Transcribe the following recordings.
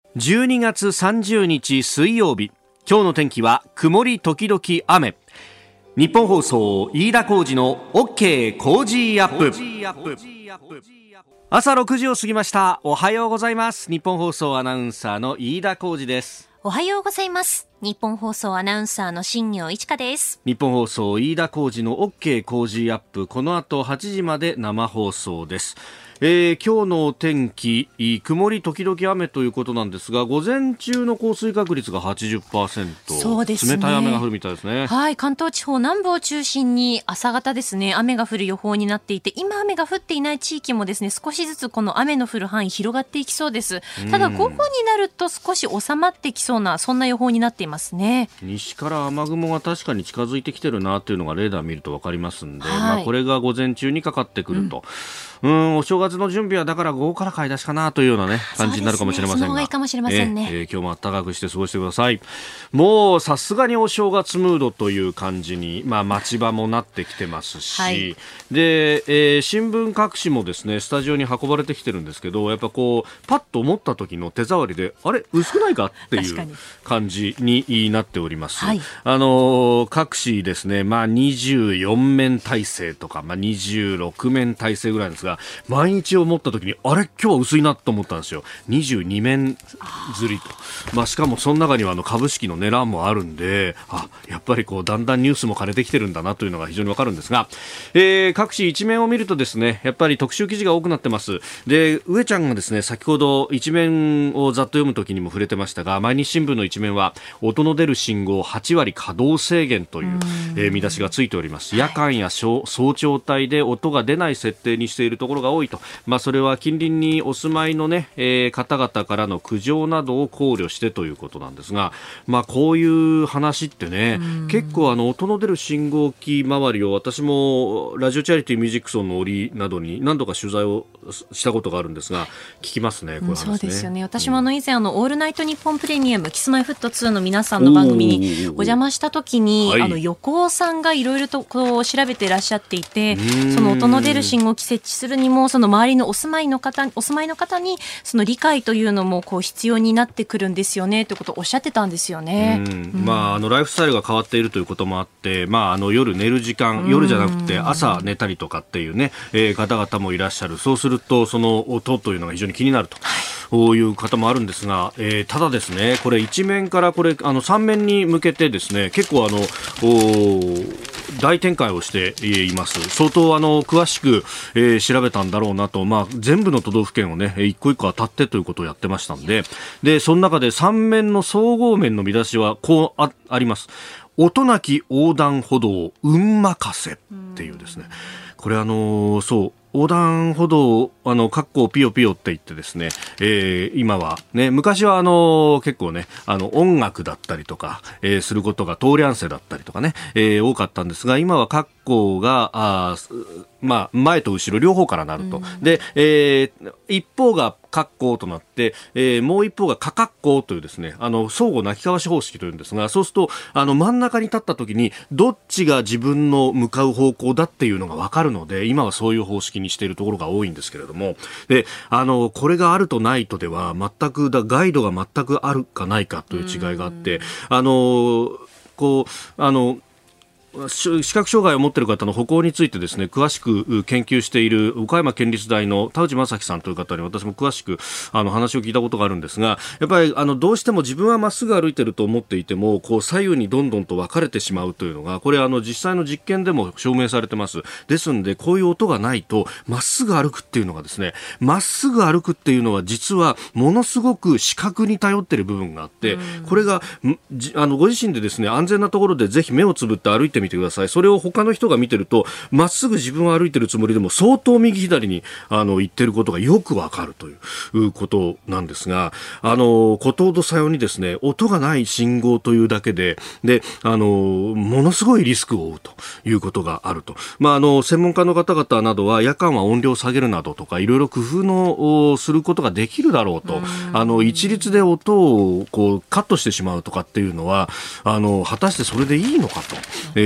12月30日水曜日、今日の天気は曇り時々雨。日本放送飯田浩司の OK 工事アップ。朝6時を過ぎました。おはようございます。日本放送アナウンサーの飯田浩司です。 おはようございます。日本放送アナウンサーの新業一華です。 日本放送飯田浩司の OK 工事アップ、この後8時まで生放送です。今日の天気、曇り時々雨ということなんですが、午前中の降水確率が 80%、 そうですね、 冷たい雨が降るみたいですね。 はい、関東地方南部を中心に朝方ですね、雨が降る予報になっていて、今雨が降っていない地域もですね、少しずつこの雨の降る範囲広がっていきそうです。ただ午後になると少し収まってきそうな、そんな予報になっていますね。 西から雨雲が確かに近づいてきてるなというのがレーダー見ると分かりますんで、 はい、 これが午前中にかかってくると、お正月の準備はだから午後から買い出しかなというような、ね、感じになるかもしれませんが、 その方がいいかもしれませんね。 今日も暖かくして過ごしてください。もうさすがにお正月ムードという感じに、街場もなってきてますし、はい、で、新聞各紙もですね、スタジオに運ばれてきてるんですけど、やっぱこうパッと思った時の手触りで、あれ薄くないかっていう感じになっております。はい、各紙ですね、24面体制とか、26面体制ぐらいですが、毎日を持った時にあれ今日は薄いなと思ったんですよ。22面釣りと、しかもその中には株式の値段もあるんで、やっぱりこうだんだんニュースも枯れてきてるんだなというのが非常にわかるんですが、各紙一面を見るとですね、やっぱり特集記事が多くなってます。で、上ちゃんがですね、先ほど一面をざっと読む時にも触れてましたが、毎日新聞の一面は音の出る信号8割稼働制限という、見出しがついております。夜間や早朝帯で音が出ない設定にしているところが多いと、それは近隣にお住まいの、方々からの苦情などを考慮してということなんですが、こういう話ってね、結構音の出る信号機周りを、私もラジオチャリティーミュージックソンの折などに何度か取材をしたことがあるんですが、聞きますね、こういう話ね。 そうですよね。私も以前オールナイトニッポンプレミアムキスマイフット2の皆さんの番組にお邪魔した時に、横尾さんがいろいろとこう調べていらっしゃっていて、その音の出る信号機設置するにも、その周りのお住まいの方にその理解というのもこう必要になってくるんですよねということをおっしゃってたんですよね。 ライフスタイルが変わっているということもあって、夜寝る時間、夜じゃなくて朝寝たりとかっていうね、方々もいらっしゃる。そうするとその音というのが非常に気になるという方もあるんですが、ただですね、これ一面から3面に向けてですね、結構大展開をしています。相当詳しく、調べたんだろうなと、全部の都道府県をね、一個一個当たってということをやってましたんで、その中で3面の総合面の見出しはこう あります。音なき横断歩道運任せっていうですね、これ横断歩道カッコピヨピヨって言ってですね、今はね、昔は結構ね、音楽だったりとか、することが通り合わせだったりとかね、多かったんですが、今はカッコが前と後ろ両方からなると。で、一方がカッコとなって、もう一方がカカッコというですね、相互なきかわし方式というんですが、そうすると真ん中に立った時にどっちが自分の向かう方向だっていうのが分かるので、今はそういう方式にしているところが多いんですけれども、でこれがあるとないとでは全くガイドが全くあるかないかという違いがあって、視覚障害を持っている方の歩行についてですね、詳しく研究している岡山県立大の田内正樹さんという方に私も詳しく話を聞いたことがあるんですが、やっぱりどうしても自分はまっすぐ歩いていると思っていても、こう左右にどんどんと分かれてしまうというのが、これ実際の実験でも証明されてます。ですので、こういう音がないとまっすぐ歩くっていうのがですね、まっすぐ歩くっていうのは実はものすごく視覚に頼っている部分があって、これがご自身でですね、安全なところでぜひ目をつぶって歩いてみてください。それを他の人が見てると、まっすぐ自分は歩いてるつもりでも相当右左に行ってることがよくわかるということなんですが、ことほどさようにですね、音がない信号というだけでものすごいリスクを負うということがあると。専門家の方々などは夜間は音量を下げるなどとかいろいろ工夫をすることができるだろうと。一律で音をこうカットしてしまうとかっていうのは果たしてそれでいいのかと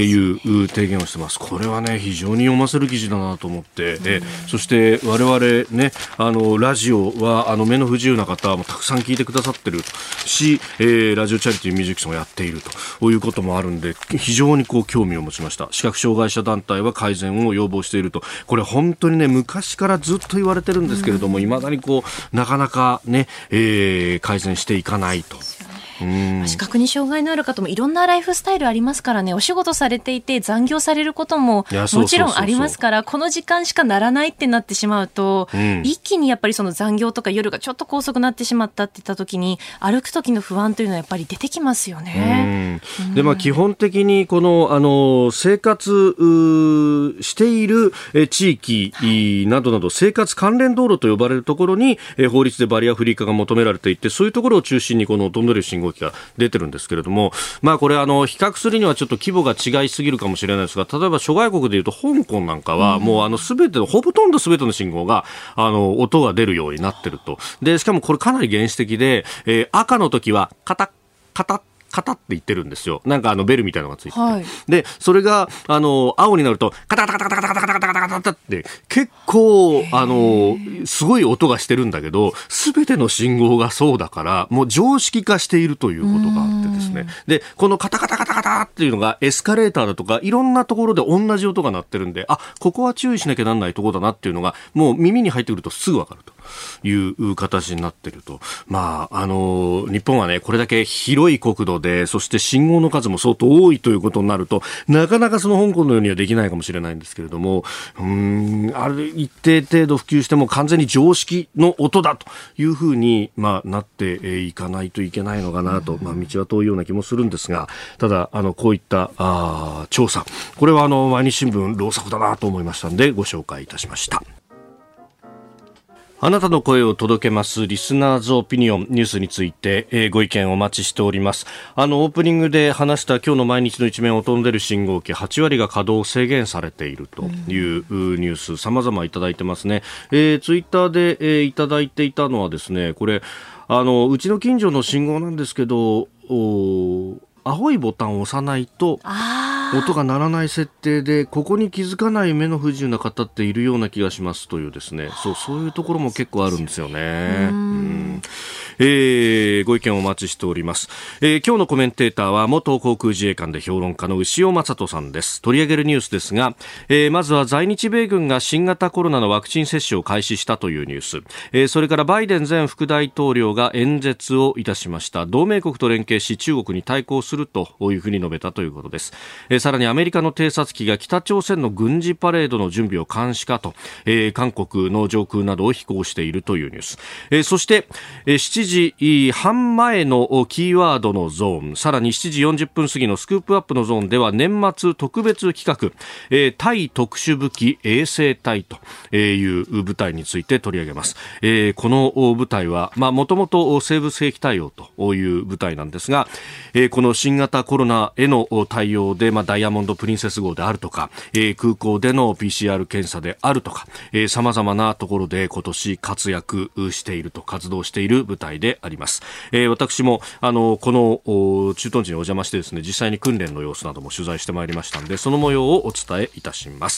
いう提言をしてます。これはね非常に読ませる記事だなと思って、そして我々ねラジオは目の不自由な方もたくさん聞いてくださってるし、ラジオチャリティーミュージックスもやっているということもあるんで、非常に興味を持ちました。視覚障害者団体は改善を要望していると。これ本当にね昔からずっと言われてるんですけれども、未だになかなかね、改善していかないと。 視覚に障害のある方もいろんなライフスタイルありますからね、お仕事されていて残業されることももちろんありますから、この時間しかならないってなってしまうと、一気にやっぱりその残業とか夜がちょっと遅くなってしまったって言った時に歩く時の不安というのはやっぱり出てきますよね。 で基本的にこの生活している地域などなど生活関連道路と呼ばれるところに法律でバリアフリー化が求められていて、そういうところを中心にこの飛んでる信号機が出てるんですけれども、これ比較するにはちょっと規模が違いすぎるかもしれないですが、例えば諸外国でいうと香港なんかはもう全てのほとんど全ての信号が音が出るようになってると。でしかもこれかなり原始的で、赤の時はカタッカタッカタって言ってるんですよ。なんかベルみたいなのがついてて、でそれが青になるとカタカタカタカタカタカタカタカタカタって結構すごい音がしてるんだけど、全ての信号がそうだからもう常識化しているということがあってですね。でこのカタカタカタカタっていうのがエスカレーターだとかいろんなところで同じ音が鳴ってるんで、ここは注意しなきゃなんないところだなっていうのがもう耳に入ってくるとすぐわかるという形になっていると。日本はねこれだけ広い国土で、そして信号の数も相当多いということになると、なかなかその香港のようにはできないかもしれないんですけれども、ある一定程度普及しても完全に常識の音だというふうに、なっていかないといけないのかなと、道は遠いような気もするんですが、ただこういった調査、これは毎日新聞労作だなと思いましたのでご紹介いたしました。あなたの声を届けますリスナーズオピニオン、ニュースについて、ご意見お待ちしております。オープニングで話した今日の毎日の一面を飛んでる信号機8割が稼働制限されているというニュース様々いただいてますね。ツイッターで、いただいていたのはですね、これうちの近所の信号なんですけど、青いボタンを押さないと音が鳴らない設定で、ここに気づかない目の不自由な方っているような気がしますというですね、そういうところも結構あるんですよね。ご意見をお待ちしております。今日のコメンテーターは元航空自衛官で評論家の牛尾正人さんです。取り上げるニュースですが、まずは在日米軍が新型コロナのワクチン接種を開始したというニュース、それからバイデン前副大統領が演説をいたしました。同盟国と連携し中国に対抗するというふうに述べたということです。さらにアメリカの偵察機が北朝鮮の軍事パレードの準備を監視かと、韓国の上空などを飛行しているというニュース、そして、7時半前のキーワードのゾーン、さらに7時40分過ぎのスクープアップのゾーンでは年末特別企画、対特殊武器衛星隊という部隊について取り上げます。この部隊はもともと生物兵器対応という部隊なんですが、この新型コロナへの対応で、ダイヤモンドプリンセス号であるとか、空港での PCR 検査であるとか、様々なところで今年活躍していると、活動している部隊であります。私もこの駐屯地にお邪魔してですね、実際に訓練の様子なども取材してまいりましたので、その模様をお伝えいたします。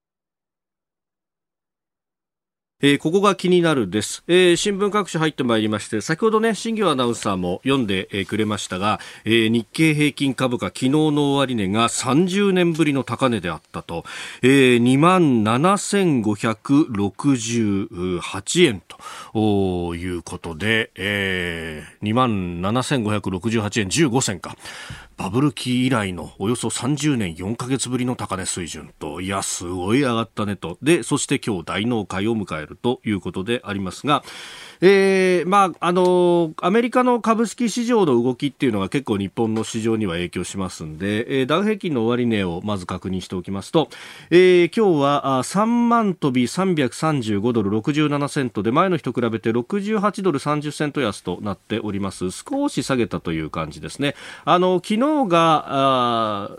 ここが気になるです。新聞各紙入ってまいりまして、先ほどね新業アナウンサーも読んで、くれましたが、日経平均株価昨日の終値が30年ぶりの高値であったと、27,568円ということで、27,568円15銭か。バブル期以来のおよそ30年4ヶ月ぶりの高値水準と、いやすごい上がったねと。でそして今日大納会を迎えるということでありますが、アメリカの株式市場の動きっていうのが結構日本の市場には影響しますんで、ダウ平均の終値をまず確認しておきますと、今日は3万飛び335ドル67セントで、前の日と比べて68ドル30セント安となっております。少し下げたという感じですね。昨日が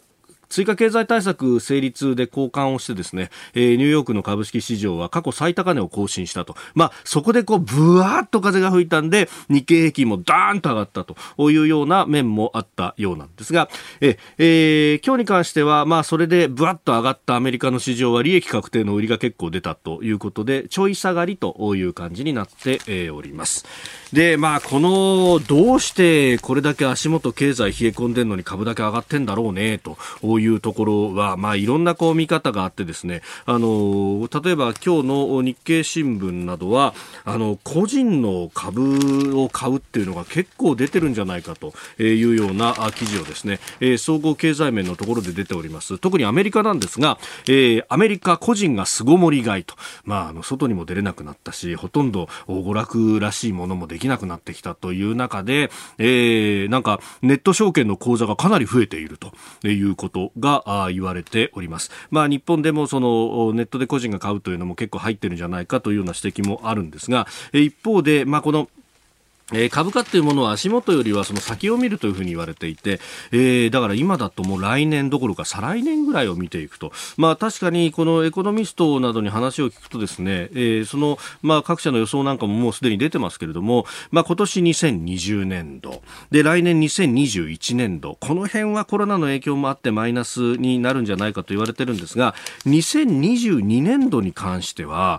追加経済対策成立で交換をしてですね、ニューヨークの株式市場は過去最高値を更新したと。そこでブワーッと風が吹いたんで、日経平均もダーンと上がったというような面もあったようなんですが、今日に関しては、それでブワッと上がったアメリカの市場は利益確定の売りが結構出たということで、ちょい下がりという感じになっております。で、どうしてこれだけ足元経済冷え込んでんのに株だけ上がってんだろうねというところは、いろんな見方があってですね、例えば今日の日経新聞などは個人の株を買うっていうのが結構出てるんじゃないかというような記事をですね、総合経済面のところで出ております。特にアメリカなんですが、アメリカ個人が巣ごもり買いと、外にも出れなくなったし、ほとんど娯楽らしいものもできなくなってきたという中で、なんかネット証券の口座がかなり増えているということが言われております。日本でもそのネットで個人が買うというのも結構入ってるんじゃないかというような指摘もあるんですが、一方で、この株価というものは足元よりはその先を見るというふうに言われていて、だから今だともう来年どころか再来年ぐらいを見ていくと、確かにこのエコノミストなどに話を聞くとですね、その各社の予想なんかももうすでに出てますけれども、今年2020年度で来年2021年度、この辺はコロナの影響もあってマイナスになるんじゃないかと言われてるんですが、2022年度に関しては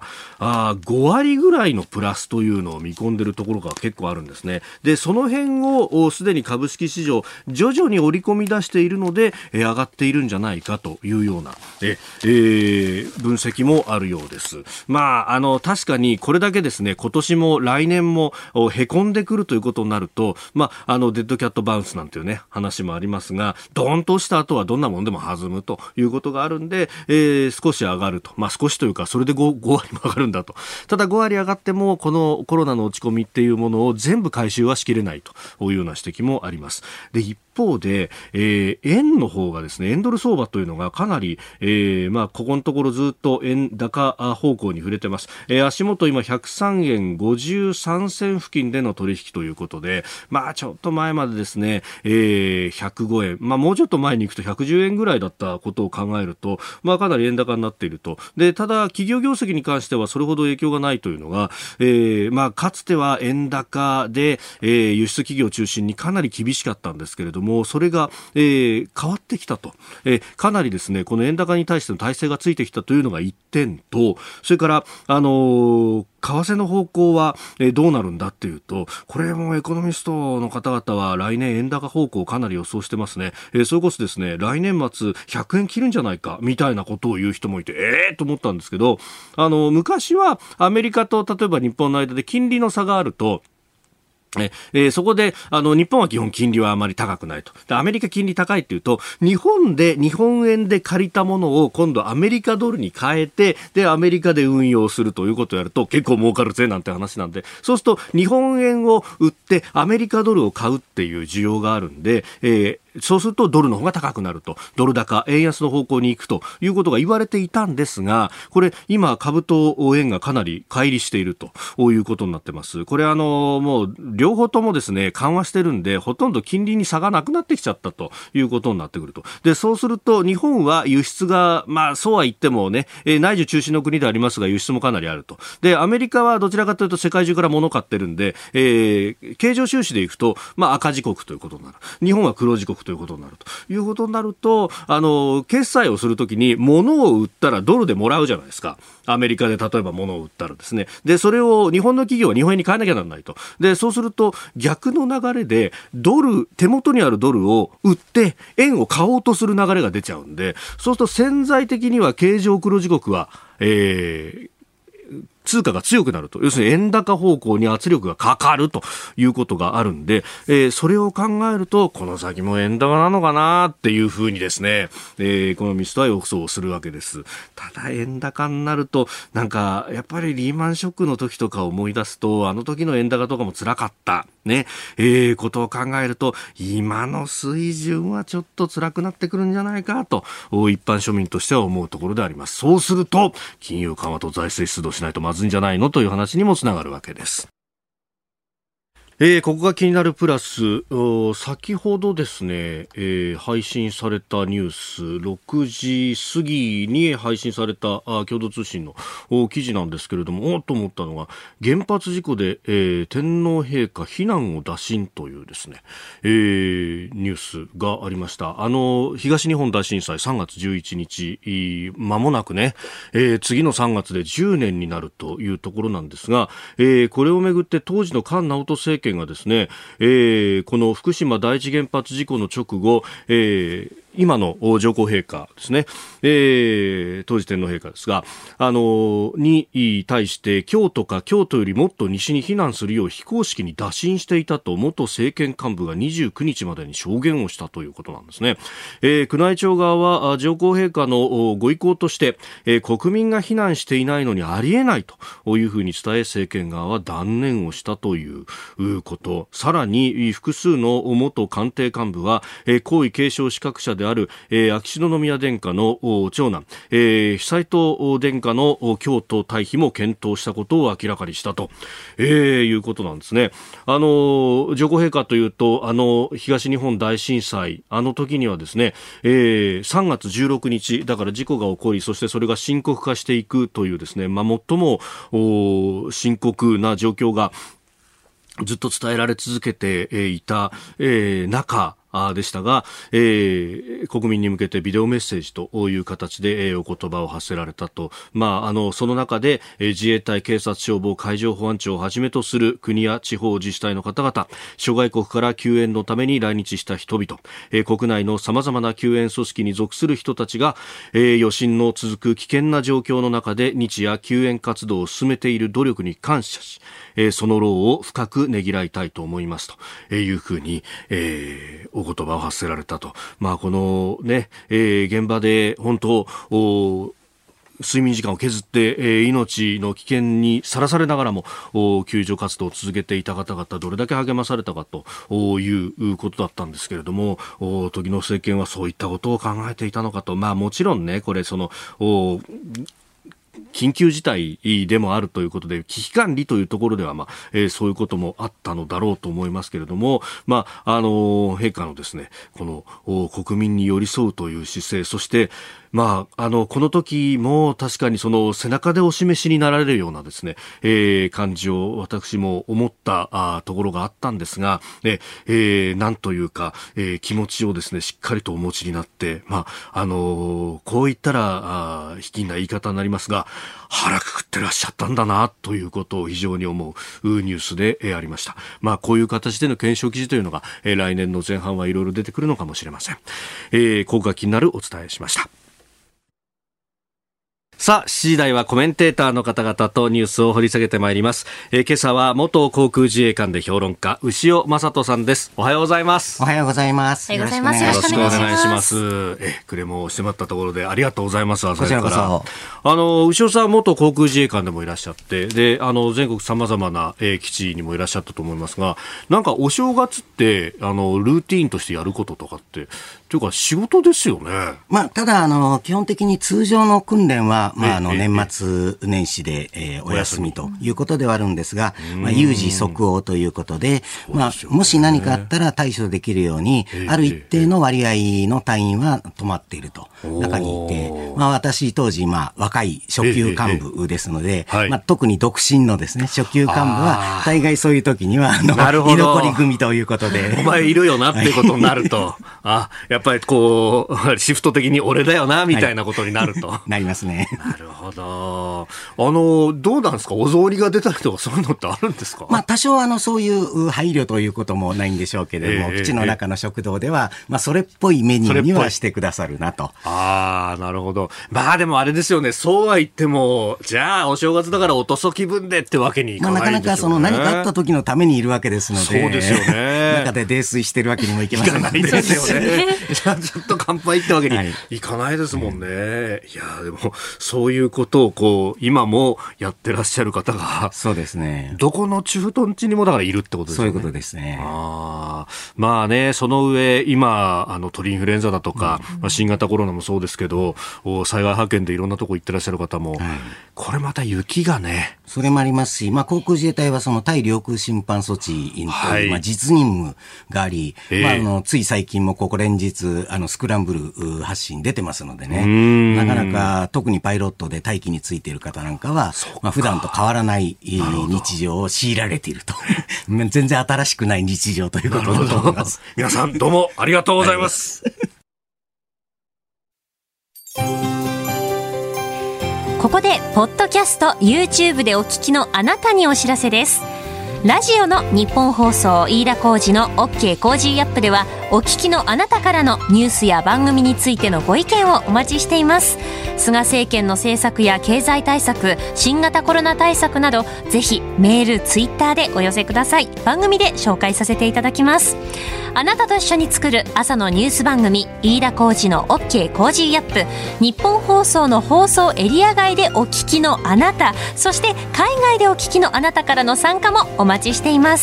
5割ぐらいのプラスというのを見込んでるところが結構あるんですね。で、その辺をすでに株式市場徐々に織り込み出しているので、上がっているんじゃないかというような、分析もあるようです。確かにこれだけですね、今年も来年もへこんでくるということになると、デッドキャットバウンスなんていうね話もありますが、ドーンとした後はどんなもんでも弾むということがあるんで、少し上がると、少しというかそれで 5割も上がるんだと。ただ5割上がってもこのコロナの落ち込みっていうものを全部回収はしきれないというような指摘もあります。で、一方で、円の方がですね、円ドル相場というのがかなり、ここのところずっと円高方向に触れてます。足元今103円53銭付近での取引ということで、ちょっと前までですね、105円、もうちょっと前に行くと110円ぐらいだったことを考えると、かなり円高になっていると。で、ただ企業業績に関してはそれほど影響がないというのが、かつては円高で、輸出企業を中心にかなり厳しかったんですけれども、それが、変わってきたと、かなりですね、この円高に対しての体制がついてきたというのが一点と、それから為替の方向はどうなるんだっていうと、これもエコノミストの方々は来年円高方向をかなり予想してますね。それこそですね、来年末100円切るんじゃないかみたいなことを言う人もいて、と思ったんですけど、昔はアメリカと例えば日本の間で金利の差があると、そこで日本は基本金利はあまり高くないと。で、アメリカ金利高いっていうと、日本円で借りたものを今度アメリカドルに変えて、でアメリカで運用するということをやると結構儲かるぜなんて話なんで、そうすると日本円を売ってアメリカドルを買うっていう需要があるんで、そうするとドルの方が高くなると、ドル高円安の方向に行くということが言われていたんですが、これ今株と円がかなり乖離しているということになってます。これもう両方ともですね緩和してるんで、ほとんど金利に差がなくなってきちゃったということになってくると。で、そうすると日本は輸出がそうは言ってもね、内需中心の国でありますが輸出もかなりあると。で、アメリカはどちらかというと世界中から物を買ってるんで、経常収支でいくと赤字国ということになる。日本は黒字国ということになるということになると、決済をするときに物を売ったらドルでもらうじゃないですか。アメリカで例えば物を売ったらですね。で、それを日本の企業は日本円に変えなきゃならないと。で、そうすると逆の流れで手元にあるドルを売って円を買おうとする流れが出ちゃうんで、そうすると潜在的には経常黒字国は、通貨が強くなると、要するに円高方向に圧力がかかるということがあるんで、それを考えるとこの先も円高なのかなっていうふうにですね、エコノミストは予想するわけです。ただ円高になるとなんかやっぱりリーマンショックの時とか思い出すと、あの時の円高とかも辛かったね、ことを考えると今の水準はちょっと辛くなってくるんじゃないかと一般庶民としては思うところであります。そうすると金融緩和と財政出動しないとまずいんじゃないのという話にもつながるわけです。 ここが気になるプラス、先ほどですね、配信されたニュース、6時過ぎに配信された共同通信の記事なんですけれども、と思ったのが、原発事故で、天皇陛下避難を打診というですね、ニュースがありました。東日本大震災3月11日、間もなくね、次の3月で10年になるというところなんですが、これをめぐって当時の菅直人政権がですね、この福島第一原発事故の直後、今の上皇陛下ですね、当時天皇陛下ですが、に対して京都か京都よりもっと西に避難するよう非公式に打診していたと元政権幹部が29日までに証言をしたということなんですね。宮内庁側は上皇陛下のご意向として、国民が避難していないのにありえないというふうに伝え、政権側は断念をしたということ。さらに複数の元官邸幹部は、皇位継承資格者である、秋篠宮殿下の長男、悠仁殿下の京都退避も検討したことを明らかにしたと、いうことなんですね。上皇陛下というと東日本大震災時にはですね、3月16日だから事故が起こり、そしてそれが深刻化していくというですね、最も深刻な状況がずっと伝えられ続けていた中でしたが、国民に向けてビデオメッセージという形で、お言葉を発せられたと。その中で、自衛隊、警察、消防、海上保安庁をはじめとする国や地方自治体の方々、諸外国から救援のために来日した人々、国内の様々な救援組織に属する人たちが、余震の続く危険な状況の中で日夜救援活動を進めている努力に感謝し、その労を深くねぎらいたいと思いますというふうに、お言葉を発せられたと。このね、現場で本当睡眠時間を削って、命の危険にさらされながらも救助活動を続けていた方々、どれだけ励まされたかということだったんですけれども、時の政権はそういったことを考えていたのかと。もちろんね、これ緊急事態でもあるということで、危機管理というところでは、そういうこともあったのだろうと思いますけれども、陛下のですね、この国民に寄り添うという姿勢、そしてこの時も確かにその背中でお示しになられるようなですね、感じを私も思ったところがあったんですが、なんというか、気持ちをですねしっかりとお持ちになって、こう言ったら卑近な言い方になりますが、腹くくってらっしゃったんだなということを非常に思うニュースでありました。こういう形での検証記事というのが、来年の前半はいろいろ出てくるのかもしれません。ここが気になるお伝えしました。さあ、7時台はコメンテーターの方々とニュースを掘り下げてまいります。今朝は元航空自衛官で評論家、牛尾正人さんです。おはようございます。 おはようございます。 よろしくお願いします。 暮れもしてまったところでありがとうございます。 こちらこそ。 牛尾さん元航空自衛官でもいらっしゃって、で、全国様々な、基地にもいらっしゃったと思いますが、なんかお正月って、ルーティーンとしてやることとかって、というか仕事ですよね。 ただ、基本的に通常の訓練は、年末年始で、お休みということではあるんですが、有事即応ということで、もし何かあったら対処できるように、ある一定の割合の隊員は止まっていると、中にいて、私当時、若い初級幹部ですので、特に独身のですね、初級幹部は、大概そういう時には、居残り組ということで。 お前いるよなってことになると、やっぱりシフト的に俺だよな、みたいなことになると。 なりますね。 なるほど。どうなんですか、お雑煮が出たりとかそういうのってあるんですか？ 多少そういう配慮ということもないんでしょうけれども、基地の中の食堂では、それっぽいメニューにはしてくださるなと。 なるほど。でもあれですよね、そうは言っても、じゃあお正月だからおとそ気分でってわけにいかないですよね。 なかなか何かあった時のためにいるわけですので。 そうですよね。 な中で泥酔してるわけにもいけませんので。 いかないですよね。ちょっと乾杯ってわけにいかないですもんね。いや、でも、そういうことを今もやってらっしゃる方が。 そうですね。 どこの駐屯地にもだからいるってことですよね。 そういうことですね。 まあね、その上、今、鳥インフルエンザだとか、新型コロナもそうですけど、災害派遣でいろんなとこ行ってらっしゃる方も、これまた雪がね。 それもありますし、航空自衛隊はその対領空侵犯措置という、実任務があり、つい最近もここ連日、スクランブル発進出てますのでね、なかなか特にパイロットで待機についている方なんかは、普段と変わらない日常を強いられていると。全然新しくない日常ということだと思います。 皆さんどうもありがとうございます。 ここでポッドキャスト YouTube でお聞きのあなたにお知らせです。ラジオの日本放送飯田浩司の OK コージーアップでは、お聞きのあなたからのニュースや番組についてのご意見をお待ちしています。菅政権の政策や経済対策、新型コロナ対策など、ぜひメール、ツイッターでお寄せください。番組で紹介させていただきます。あなたと一緒に作る朝のニュース番組、飯田浩司の OK コージーアップ。日本放送の放送エリア外でお聞きのあなた、そして海外でお聞きのあなたからの参加もお待ちしています。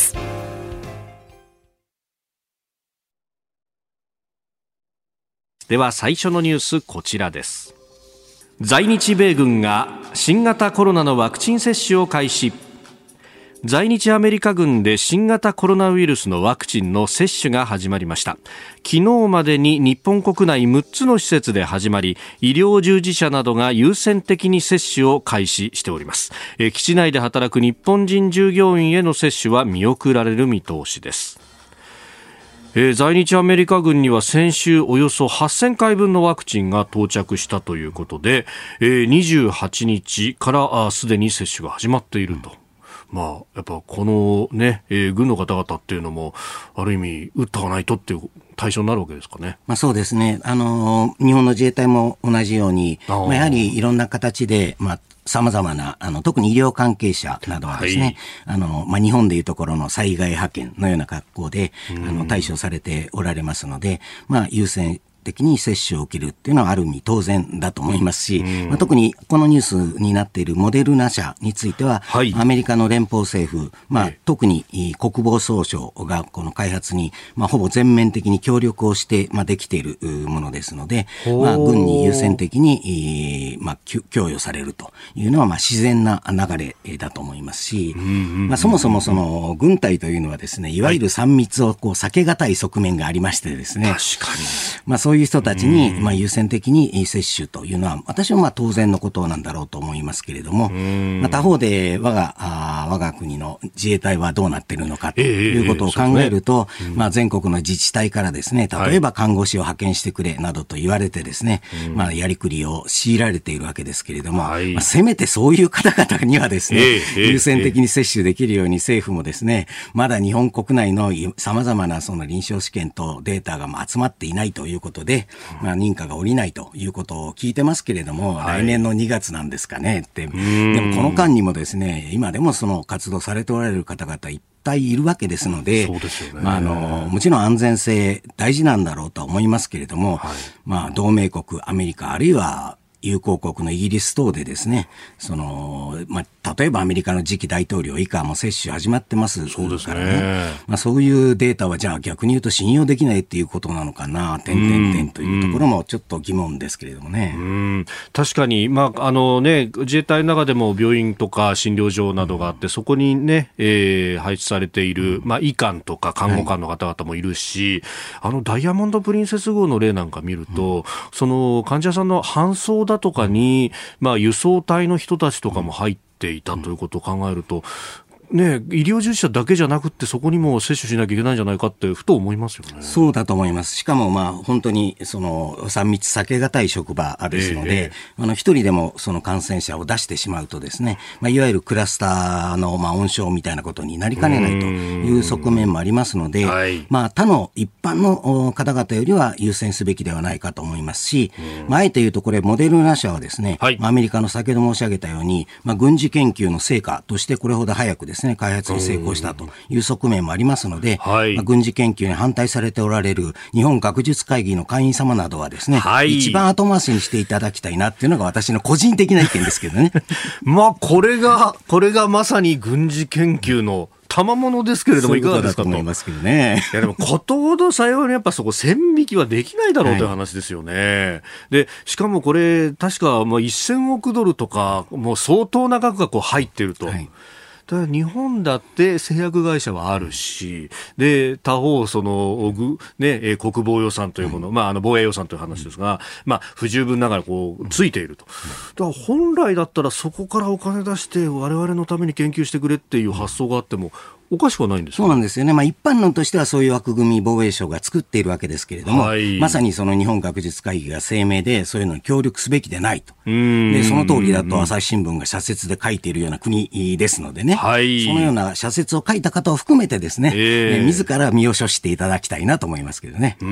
では最初のニュース、こちらです。在日米軍が新型コロナのワクチン接種を開始。在日アメリカ軍で新型コロナウイルスのワクチンの接種が始まりました。昨日までに日本国内6つの施設で始まり、医療従事者などが優先的に接種を開始しております。基地内で働く日本人従業員への接種は見送られる見通しです。在日アメリカ軍には先週およそ8000回分のワクチンが到着したということで、28日からすでに接種が始まっていると。やっぱこのね、軍の方々っていうのもある意味打ったがないとっていう対象になるわけですかね。 そうですね。日本の自衛隊も同じように、やはりいろんな形で、様々な、特に医療関係者などはですね、日本でいうところの災害派遣のような格好で、対処されておられますので、優先的に接種を受けるっていうのはある意味当然だと思いますし、特にこのニュースになっているモデルナ社については、アメリカの連邦政府、特に国防総省がこの開発に、ほぼ全面的に協力をして、できているものですので、軍に優先的に、供与されるというのは、自然な流れだと思いますし、そもそもその軍隊というのはですね、いわゆる3密を避けがたい側面がありましてですね、 確かに。 そういう人たちに、優先的に接種というのは、私は当然のことなんだろうと思いますけれども、他方で我が国の自衛隊はどうなっているのかということを考えると、全国の自治体からですね、例えば看護師を派遣してくれなどと言われてですね、やりくりを強いられているわけですけれども、せめてそういう方々にはですね、優先的に接種できるように政府もですね、まだ日本国内の様々なその臨床試験とデータが集まっていないということで、認可が下りないということを聞いてますけれども、来年の2月なんですかねって。でもこの間にもですね、今でもその活動されておられる方々いっぱいいるわけですので、 そうですよね。 もちろん安全性大事なんだろうとは思いますけれども、同盟国アメリカあるいは友好国のイギリス等でですね、例えばアメリカの次期大統領以下も接種始まってますからね。そうですね。そういうデータはじゃあ逆に言うと信用できないっていうことなのかな、というところもちょっと疑問ですけれどもね。 確かに、自衛隊の中でも病院とか診療所などがあって、そこにね、配置されている、医官とか看護官の方々もいるし、ダイヤモンドプリンセス号の例なんか見ると、その患者さんの搬送だとかに、輸送隊の人たちとかも入っていたということを考えると、医療従事者だけじゃなくってそこにも接種しなきゃいけないんじゃないかってふと思いますよね。 そうだと思います。しかも本当にその3密避けがたい職場ですので、一人でもその感染者を出してしまうとですね、いわゆるクラスターの温床みたいなことになりかねないという側面もありますので、他の一般の方々よりは優先すべきではないかと思いますし、あえて言うとこれモデルナ社はですね、アメリカの先ほど申し上げたように、軍事研究の成果としてこれほど早くですですね、開発に成功したという側面もありますので、 はい、 軍事研究に反対されておられる日本学術会議の会員様などはですね、一番後回しにしていただきたいなっていうのが私の個人的な意見ですけどね。 これがまさに軍事研究の賜物ですけれども、いかがですかと。 そういうことだと思いますけどね。 いやでもことほどさようにやっぱそこ線引きはできないだろうという話ですよね。でしかもこれ確か1000億ドルとかもう相当な額が入ってると。だから日本だって製薬会社はあるし、で他方国防予算というもの、防衛予算という話ですが、不十分ながらついていると。だから本来だったらそこからお金出して我々のために研究してくれっていう発想があってもおかしくはないんですか。 そうなんですよね。一般論としてはそういう枠組み防衛省が作っているわけですけれども、まさにその日本学術会議が声明でそういうのに協力すべきでないと。でその通りだと朝日新聞が社説で書いているような国ですのでね、そのような社説を書いた方を含めてですね、自ら身を処していただきたいなと思いますけどね。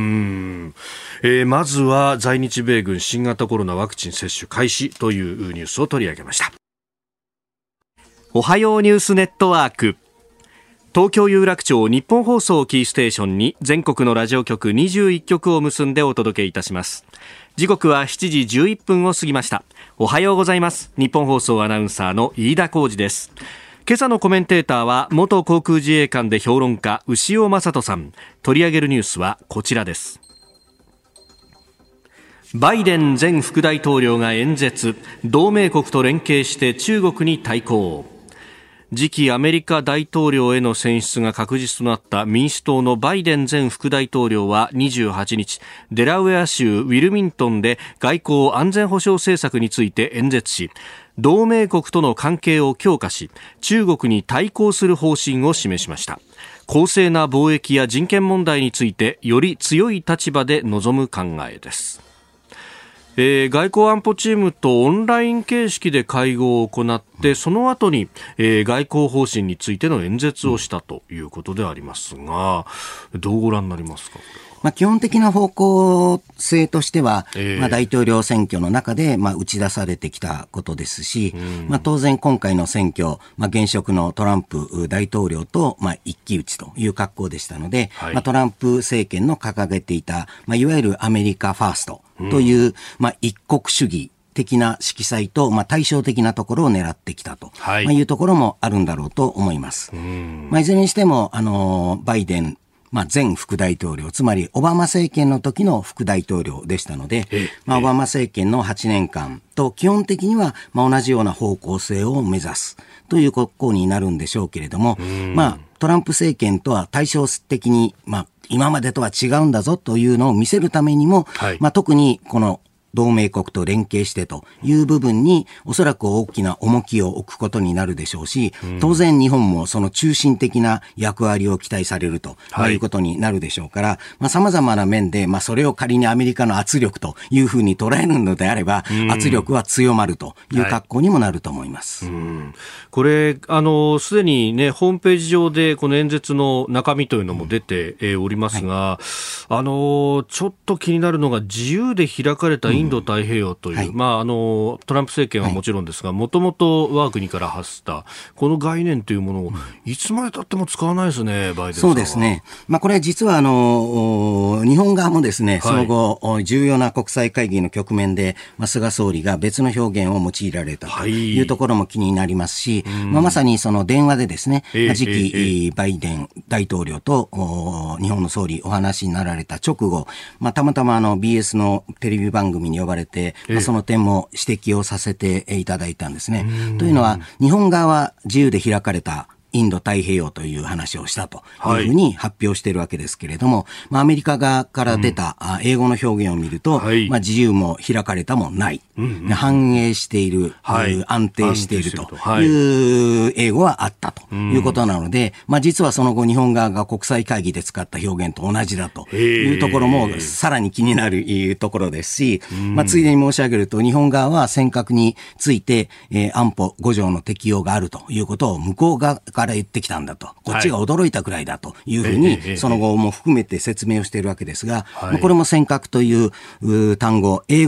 まずは在日米軍新型コロナワクチン接種開始というニュースを取り上げました。おはようニュースネットワーク、東京有楽町日本放送キーステーションに全国のラジオ局21局を結んでお届けいたします。時刻は7時11分を過ぎました。おはようございます。日本放送アナウンサーの飯田浩司です。今朝のコメンテーターは元航空自衛官で評論家牛尾正人さん。取り上げるニュースはこちらです。バイデン前副大統領が演説、同盟国と連携して中国に対抗。次期アメリカ大統領への選出が確実となった民主党のバイデン前副大統領は28日、デラウェア州ウィルミントンで外交安全保障政策について演説し、同盟国との関係を強化し、中国に対抗する方針を示しました。公正な貿易や人権問題についてより強い立場で臨む考えです。外交安保チームとオンライン形式で会合を行って、その後に、外交方針についての演説をしたということでありますが、どうご覧になりますか。これは基本的な方向性としては、大統領選挙の中で、打ち出されてきたことですし、当然今回の選挙、現職のトランプ大統領と、一騎打ちという格好でしたので、トランプ政権の掲げていた、いわゆるアメリカファーストという、一国主義的な色彩と、対照的なところを狙ってきたと、いうところもあるんだろうと思います。いずれにしても、バイデン前副大統領、つまりオバマ政権の時の副大統領でしたので、オバマ政権の8年間と基本的には同じような方向性を目指すということになるんでしょうけれども、トランプ政権とは対照的に、今までとは違うんだぞというのを見せるためにも、特にこの同盟国と連携してという部分におそらく大きな重きを置くことになるでしょうし、当然日本もその中心的な役割を期待されるということになるでしょうから、様々な面で、それを仮にアメリカの圧力というふうに捉えるのであれば、圧力は強まるという格好にもなると思います。 これすでにね、ホームページ上でこの演説の中身というのも出ておりますが、ちょっと気になるのが自由で開かれたインド太平洋という、トランプ政権はもちろんですが、もともと我が国から発したこの概念というものをいつまでたっても使わないですね、バイデンさんは。 そうですね。これ実は日本側もですね、その後、重要な国際会議の局面で、菅総理が別の表現を用いられたというところも気になりますし、まさにその電話でですね、次期バイデン大統領と日本の総理お話になられた直後、たまたまBS のテレビ番組に呼ばれて、その点も指摘をさせていただいたんですね。というのは、日本側は自由で開かれたインド太平洋という話をしたというふうに発表しているわけですけれども、アメリカ側から出た英語の表現を見ると、自由も開かれたもない、繁栄している、安定しているという英語はあったということなので、実はその後日本側が国際会議で使った表現と同じだというところもさらに気になるところですし、ついでに申し上げると、日本側は尖閣について安保5条の適用があるということを向こう側から言ってきたんだと、こっちが驚いたくらいだというふうにその後も含めて説明をしているわけですが、これも尖閣という単語、英語の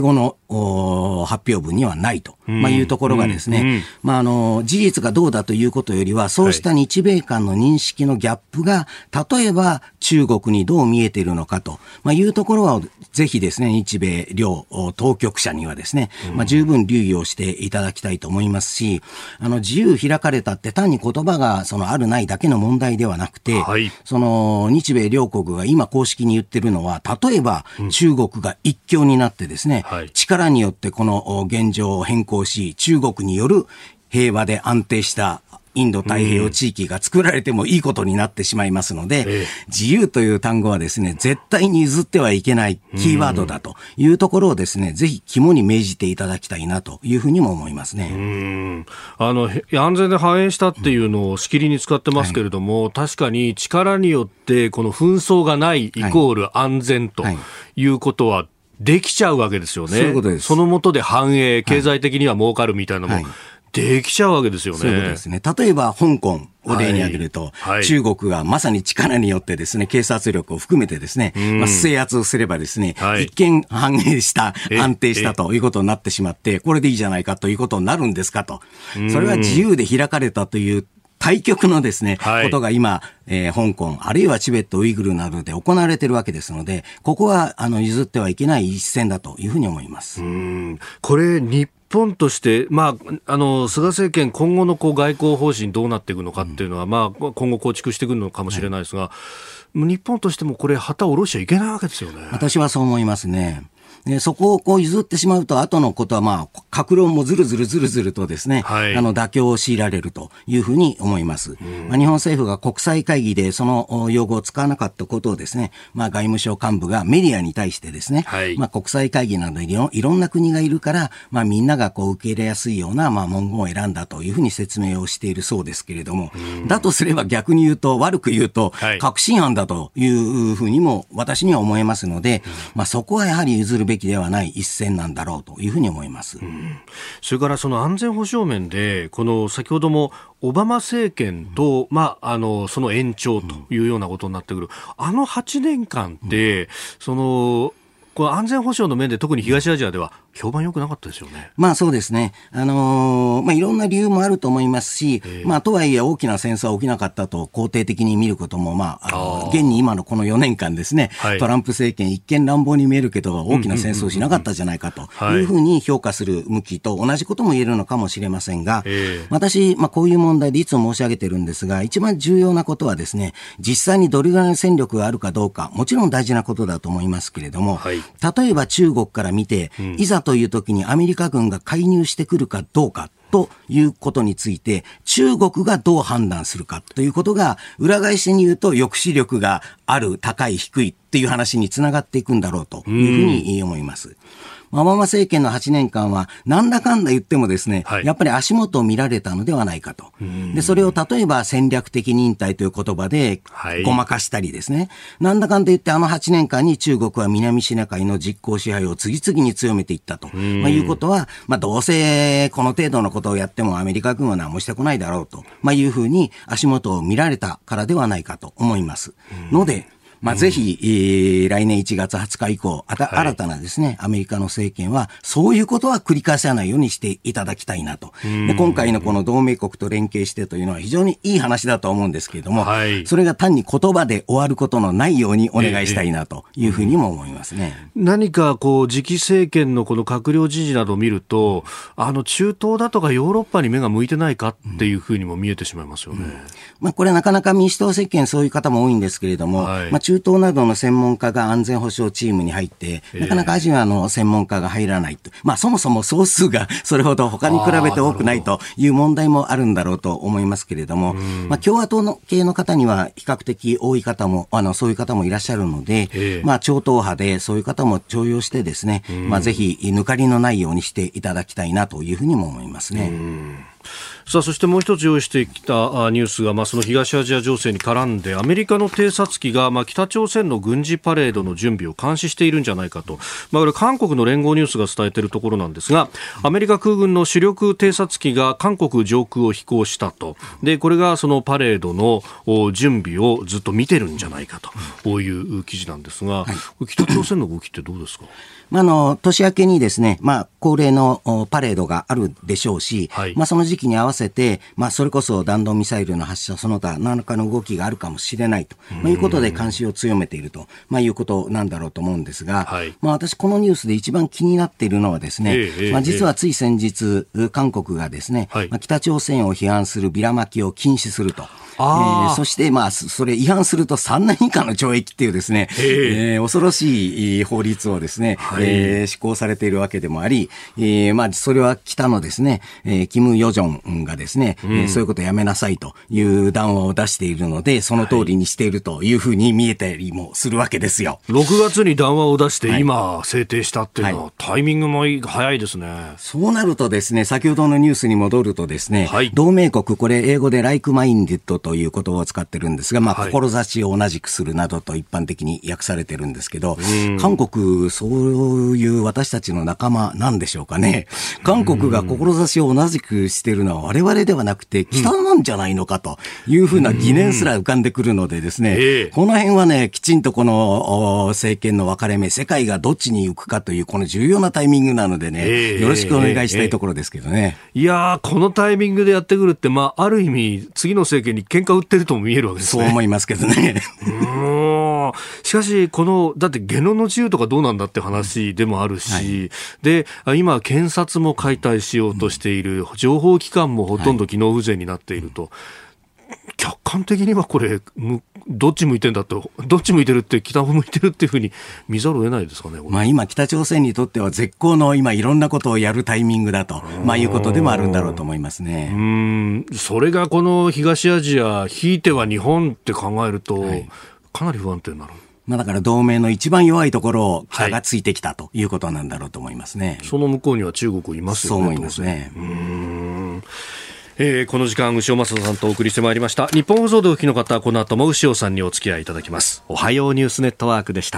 発表文にはないと、いうところがですね、事実がどうだということよりは、そうした日米間の認識のギャップが、例えば中国にどう見えているのかと、いうところは、ぜひですね、日米両当局者にはですね、十分留意をしていただきたいと思いますし、自由開かれたって単に言葉があるないだけの問題ではなくて、日米両国が今公式に言ってるのは、例えば中国が一強になってですね、力によってこの現状を変更し、中国による平和で安定したインド太平洋地域が作られてもいいことになってしまいますので、自由という単語はですね、絶対に譲ってはいけないキーワードだというところをですね、ぜひ肝に銘じていただきたいなというふうにも思いますね。 安全で繁栄したっていうのをしきりに使ってますけれども、確かに力によってこの紛争がないイコール安全ということはできちゃうわけですよね。 そういうことです。 その下で繁栄、経済的には儲かるみたいなのも、できちゃうわけですよね。 そういうことですね。例えば香港を例に挙げると、中国がまさに力によってですね、警察力を含めてですね、制圧をすればですね、一見繁栄した、安定したということになってしまって、これでいいじゃないかということになるんですかと。それは自由で開かれたという対極のですね、ことが今、香港、あるいはチベット、ウイグルなどで行われているわけですので、ここは譲ってはいけない一線だというふうに思います。 これ、日本として、菅政権、今後の外交方針どうなっていくのかっていうのは、今後構築していくのかもしれないですが、日本としてもこれ、旗を下ろしちゃいけないわけですよね。 私はそう思いますね。そこを譲ってしまうと、後のことは各論もずるずるとですね、妥協を強いられるというふうに思います。日本政府が国際会議でその用語を使わなかったことをですね、外務省幹部がメディアに対してですね、国際会議などにいろんな国がいるから、みんなが受け入れやすいような文言を選んだというふうに説明をしているそうですけれども、だとすれば逆に言うと、悪く言うと、確信犯だというふうにも私には思えますので、そこはやはり譲るべきではない一線なんだろうというふうに思います。 それからその安全保障面で、この先ほどもオバマ政権と、その延長というようなことになってくる。8年間って、この安全保障の面で特に東アジアでは評判良くなかったですよね。 そうですね。いろんな理由もあると思いますし、とはいえ大きな戦争は起きなかったと肯定的に見ることも、現に今のこの4年間ですね、トランプ政権一見乱暴に見えるけど大きな戦争をしなかったじゃないかというふうに評価する向きと同じことも言えるのかもしれませんが、私、こういう問題でいつも申し上げてるんですが、一番重要なことはですね、実際にどれぐらいの戦力があるかどうか、もちろん大事なことだと思いますけれども、例えば中国から見て、いざという時にアメリカ軍が介入してくるかどうかということについて、中国がどう判断するかということが、裏返しに言うと抑止力がある、高い、低いっていう話につながっていくんだろうというふうに思います。オバマ政権の8年間はなんだかんだ言ってもですね、やっぱり足元を見られたのではないかと。で、それを例えば戦略的忍耐という言葉でごまかしたりですね。なんだかんだ言って8年間に中国は南シナ海の実効支配を次々に強めていったと。いうことは、どうせこの程度のことをやってもアメリカ軍は何もしてこないだろうと。いうふうに足元を見られたからではないかと思います。ので、ぜひ、来年1月20日以降、新たなですね、アメリカの政権は、そういうことは繰り返さないようにしていただきたいなと。で、今回のこの同盟国と連携してというのは非常にいい話だと思うんですけれども、それが単に言葉で終わることのないようにお願いしたいなというふうにも思いますね。 何か次期政権のこの閣僚人事などを見ると、中東だとかヨーロッパに目が向いてないかっていうふうにも見えてしまいますよね。 これなかなか民主党政権そういう方も多いんですけれども、中東などの専門家が安全保障チームに入って、なかなかアジアの専門家が入らないと。そもそも総数がそれほど他に比べて多くないという問題もあるんだろうと思いますけれども、共和党の系の方には比較的多い方も、そういう方もいらっしゃるので、超党派でそういう方も重用してですね、ぜひ抜かりのないようにしていただきたいなというふうにも思いますね。 さあそしてもう一つ用意してきたニュースが、その東アジア情勢に絡んでアメリカの偵察機が、北朝鮮の軍事パレードの準備を監視しているんじゃないかと、これ韓国の連合ニュースが伝えているところなんですが、アメリカ空軍の主力偵察機が韓国上空を飛行したと。でこれがそのパレードの準備をずっと見てるんじゃないかという記事なんですが、北朝鮮の動きってどうですか？ 年明けにですね、恒例のパレードがあるでしょうし、その時期に合わせて、それこそ弾道ミサイルの発射その他何らかの動きがあるかもしれないと、いうことで監視を強めていると、いうことなんだろうと思うんですが、私このニュースで一番気になっているのはですね、実はつい先日韓国がですね、北朝鮮を批判するビラまきを禁止すると。そして、それ違反すると3年以下の懲役っていうですね、恐ろしい法律をですね、施行されているわけでもあり、それは北のですね、キム・ヨジョンがですね、そういうことをやめなさいという談話を出しているので、その通りにしているというふうに見えたりもするわけですよ。 6月に談話を出して今制定したっていうのは、タイミングも早いですね。 そうなるとですね、先ほどのニュースに戻るとですね、同盟国、これ英語でライクマインデッドという言葉を使ってるんですが、志を同じくするなどと一般的に訳されてるんですけど、韓国そういう私たちの仲間なんでしょうかね。韓国が志を同じくしているのは我々ではなくて北なんじゃないのかというふうな疑念すら浮かんでくるのでですね、この辺はね、きちんとこの政権の分かれ目、世界がどっちに行くかというこの重要なタイミングなのでね、よろしくお願いしたいところですけどね。 いやー、このタイミングでやってくるって、ある意味次の政権に喧嘩売ってるとも見えるわけですね。 そう思いますけどね。 しかしだって言論の自由とかどうなんだって話でもあるし、で今検察も解体しようとしている、情報機関もほとんど機能不全になっていると、客観的にはこれどっち向いてるって北を向いてるっていうふうに見ざるを得ないですかね。 今北朝鮮にとっては絶好の今いろんなことをやるタイミングだと、いうことでもあるんだろうと思いますね。 それがこの東アジア、ひいては日本って考えると、かなり不安定になる。 だから同盟の一番弱いところを北がついてきたということなんだろうと思いますね。 その向こうには中国いますよね。 そう思いますね。 この時間牛尾正人さんとお送りしてまいりました。日本放送でお聞きの方、この後も牛尾さんにお付き合いいただきます。おはようニュースネットワークでした。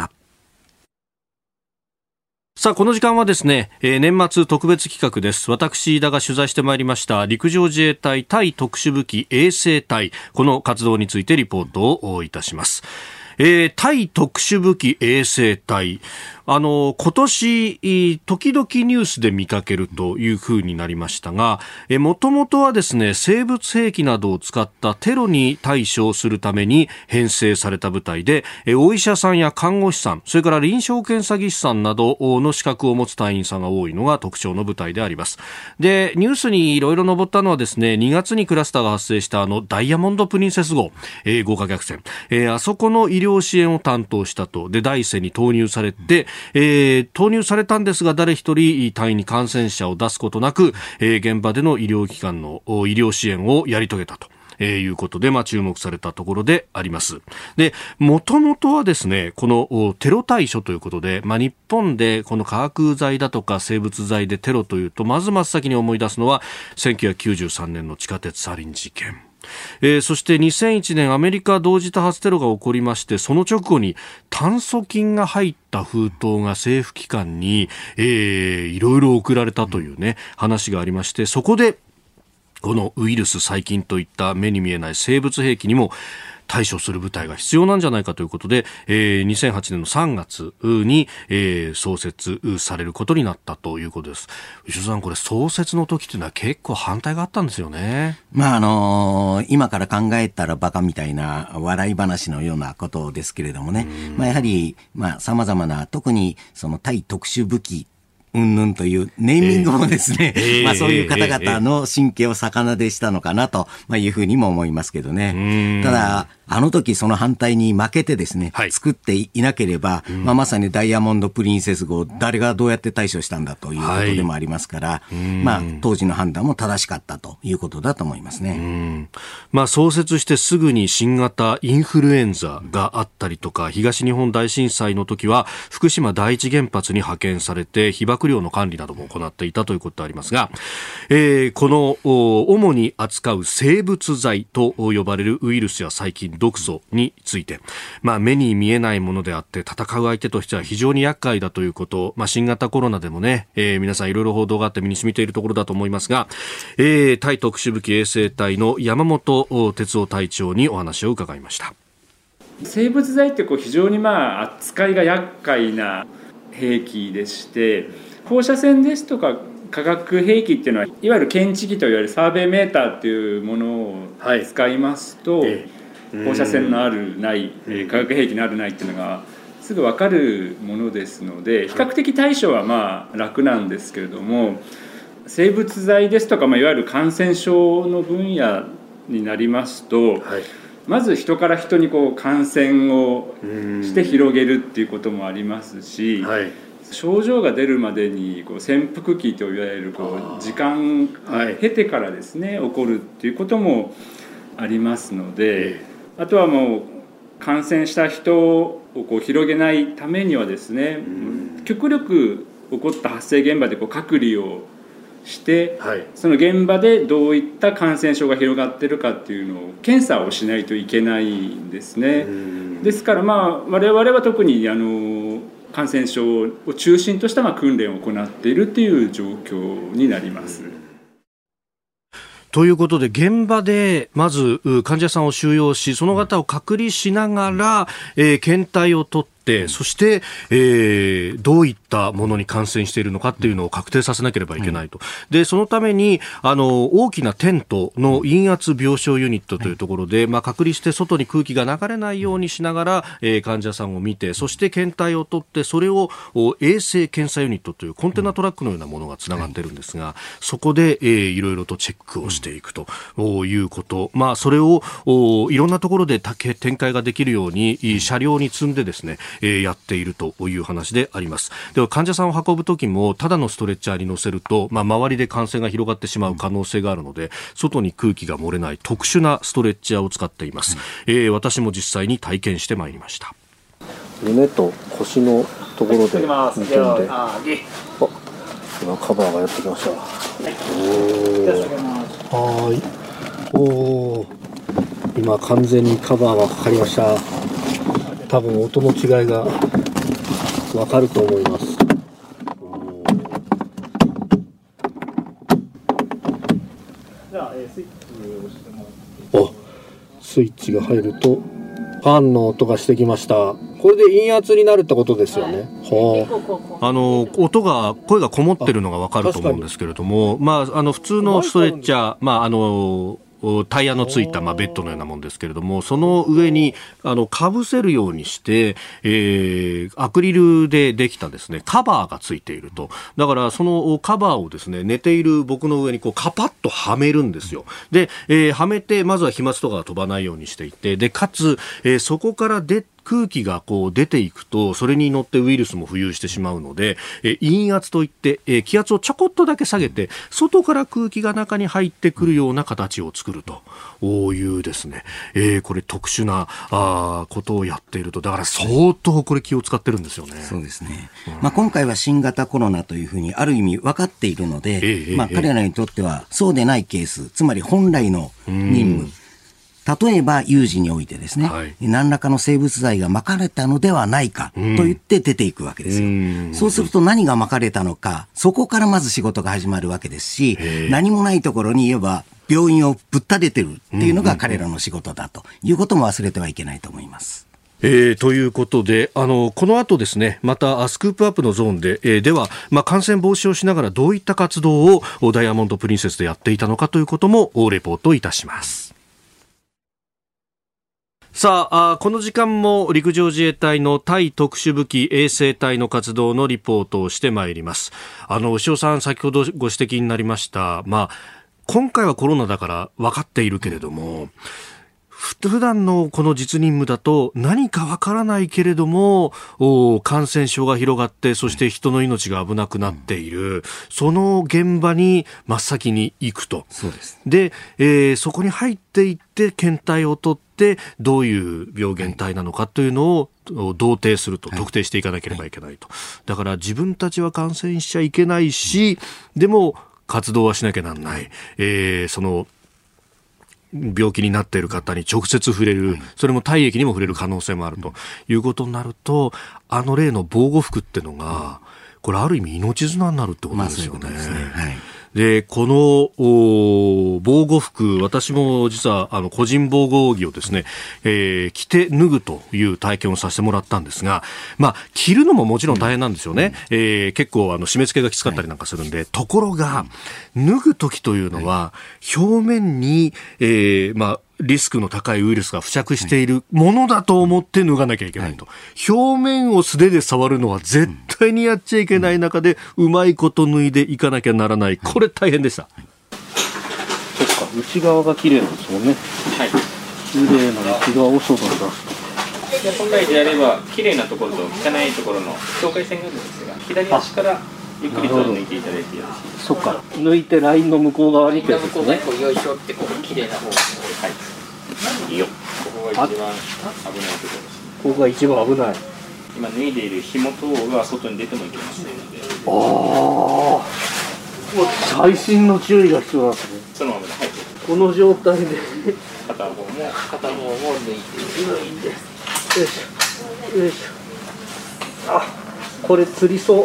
さあこの時間はですね、年末特別企画です。私田が取材してまいりました陸上自衛隊対特殊武器衛星隊、この活動についてリポートをいたします。対特殊武器衛星隊、今年時々ニュースで見かけるという風になりましたが、もともとはですね、生物兵器などを使ったテロに対処するために編成された部隊で、お医者さんや看護師さん、それから臨床検査技師さんなどの資格を持つ隊員さんが多いのが特徴の部隊であります。で、ニュースにいろいろ上ったのはですね、2月にクラスターが発生したダイヤモンドプリンセス号、豪華客船、あそこの医療支援を担当したと。で、第一線に投入されて、投入されたんですが、誰一人隊員に感染者を出すことなく、現場での医療機関の医療支援をやり遂げたということで、注目されたところであります。で、もともとはですね、このテロ対処ということで、日本でこの化学剤だとか生物剤でテロというと、まず真っ先に思い出すのは1993年の地下鉄サリン事件。そして2001年アメリカ同時多発テロが起こりまして、その直後に炭疽菌が入った封筒が政府機関に、いろいろ送られたというね、話がありまして、そこでこのウイルス細菌といった目に見えない生物兵器にも対処する部隊が必要なんじゃないかということで、2008年の3月に、創設されることになったということです。牛尾さん、これ創設の時というのは結構反対があったんですよね。 今から考えたらバカみたいな笑い話のようなことですけれどもね、やはり様々な、特にその対特殊武器うんぬんというネーミングもですね、そういう方々の神経を逆なでしたのかなというふうにも思いますけどね。ただあの時その反対に負けてですね、 はい、 作っていなければ、まさにダイヤモンドプリンセス号、誰がどうやって対処したんだということでもありますから、当時の判断も正しかったということだと思いますね。 創設してすぐに新型インフルエンザがあったりとか、東日本大震災の時は福島第一原発に派遣されて被爆量の管理なども行っていたということでありますが、この主に扱う生物剤と呼ばれるウイルスや細菌、毒素について、目に見えないものであって戦う相手としては非常に厄介だということ、新型コロナでもね、皆さんいろいろ報道があって身に染みているところだと思いますが、対特殊武器衛生隊の山本哲夫隊長にお話を伺いました。 生物剤って非常に扱いが厄介な兵器でして、放射線ですとか化学兵器っていうのは、いわゆる検知器といわれるサーベイメーターっていうものを使いますと、放射線のあるない化学兵器のあるないっていうのがすぐ分かるものですので、比較的対処は楽なんですけれども、生物剤ですとか、いわゆる感染症の分野になりますと、まず人から人に感染をして広げるっていうこともありますし、症状が出るまでに潜伏期といわれる時間経てからですね、起こるっていうこともありますので、あとはもう感染した人を広げないためにはですね、極力起こった発生現場で隔離をして、その現場でどういった感染症が広がっているかっていうのを検査をしないといけないんですね。ですから我々は特に感染症を中心とした訓練を行っているという状況になります。 ということで、現場でまず患者さんを収容し、その方を隔離しながら、検体を取って、そして、どういったものに感染しているのかっていうのを確定させなければいけないと。で、そのために大きなテントの陰圧病床ユニットというところで、隔離して外に空気が流れないようにしながら、患者さんを見て、そして検体を取って、それを衛生検査ユニットというコンテナトラックのようなものがつながっているんですが、そこで、いろいろとチェックをしていくということ、それをいろんなところで展開ができるように車両に積んでですね、やっているという話であります。では患者さんを運ぶときもただのストレッチャーに乗せると、周りで感染が広がってしまう可能性があるので、外に空気が漏れない特殊なストレッチャーを使っています。私も実際に体験してまいりました。 胸と腰のところで今カバーがやってきました。今完全にカバーがかかりました。多分音の違いがわかると思います。じゃあ、スイッチを押してもらって。スイッチが入るとファンの音がしてきました。これで陰圧になるってことですよね。声がこもってるのがわかると思うんですけれども、普通のストレッチャー、タイヤのついたベッドのようなもんですけれども、その上にかぶせるようにして、アクリルでできたですねカバーがついていると。だからそのカバーをですね、寝ている僕の上にカパッとはめるんですよ。で、はめてまずは飛沫とかが飛ばないようにしていて、でかつ、そこから空気が出ていくと、それに乗ってウイルスも浮遊してしまうので、陰圧といって、気圧をちょこっとだけ下げて、外から空気が中に入ってくるような形を作るというですね、これ特殊なことをやっていると。だから相当これ気を使ってるんですよね。 そうですね。今回は新型コロナというふうにある意味分かっているので、彼らにとってはそうでないケース、つまり本来の任務、例えば有事においてですね、何らかの生物剤が撒かれたのではないかと言って出ていくわけですよ。そうすると何が撒かれたのか、そこからまず仕事が始まるわけですし、何もないところに言えば病院をぶった出てるっていうのが彼らの仕事だということも忘れてはいけないと思います。 ということで、この後ですね、またスクープアップのゾーンで、では、感染防止をしながらどういった活動をダイヤモンドプリンセスでやっていたのかということもレポートいたします。さあ、この時間も陸上自衛隊の対特殊武器衛生隊の活動のリポートをしてまいります。牛尾さん、先ほどご指摘になりました、今回はコロナだから分かっているけれども、 普段のこの実任務だと何かわからないけれども感染症が広がってそして人の命が危なくなっている、その現場に真っ先に行くと。 そうです。 で、そこに入っていって検体を取ってどういう病原体なのかというのを同定すると、特定していかなければいけないと。だから自分たちは感染しちゃいけないし、でも活動はしなきゃなんない、その病気になっている方に直接触れる、それも体液にも触れる可能性もあるということになると、例の防護服ってのがこれある意味命綱になるってことですよね。で、この防護服、私も実は個人防護着をですね、着て脱ぐという体験をさせてもらったんですが、着るのももちろん大変なんですよね。結構締め付けがきつかったりなんかするんで、ところが脱ぐ時というのは表面に、リスクの高いウイルスが付着しているものだと思って脱がなきゃいけないと。表面を素手で触るのは絶対にやっちゃいけない中で、うまいこと脱いでいかなきゃならない。これ大変でした。 そっか、内側が綺麗なんですもんね。 はい。 綺麗な内側を外に出すと。 本来であれば綺麗なところと汚いところの境界線があるんですが、左足からゆっくりと抜いていただいてよろしいですか。 そっか、抜いてラインの向こう側にってやつですね。 よいしょってここ綺麗な方。はい。いいよ。ここが一番危ないところですね。 ここが一番危ない。 今脱いでいる紐等が外に出てもいけませんので。 もう細心の注意が必要なんですね。 そのままで、はい。 この状態で片方も抜いてよいしょよいしょ。これ釣りそう。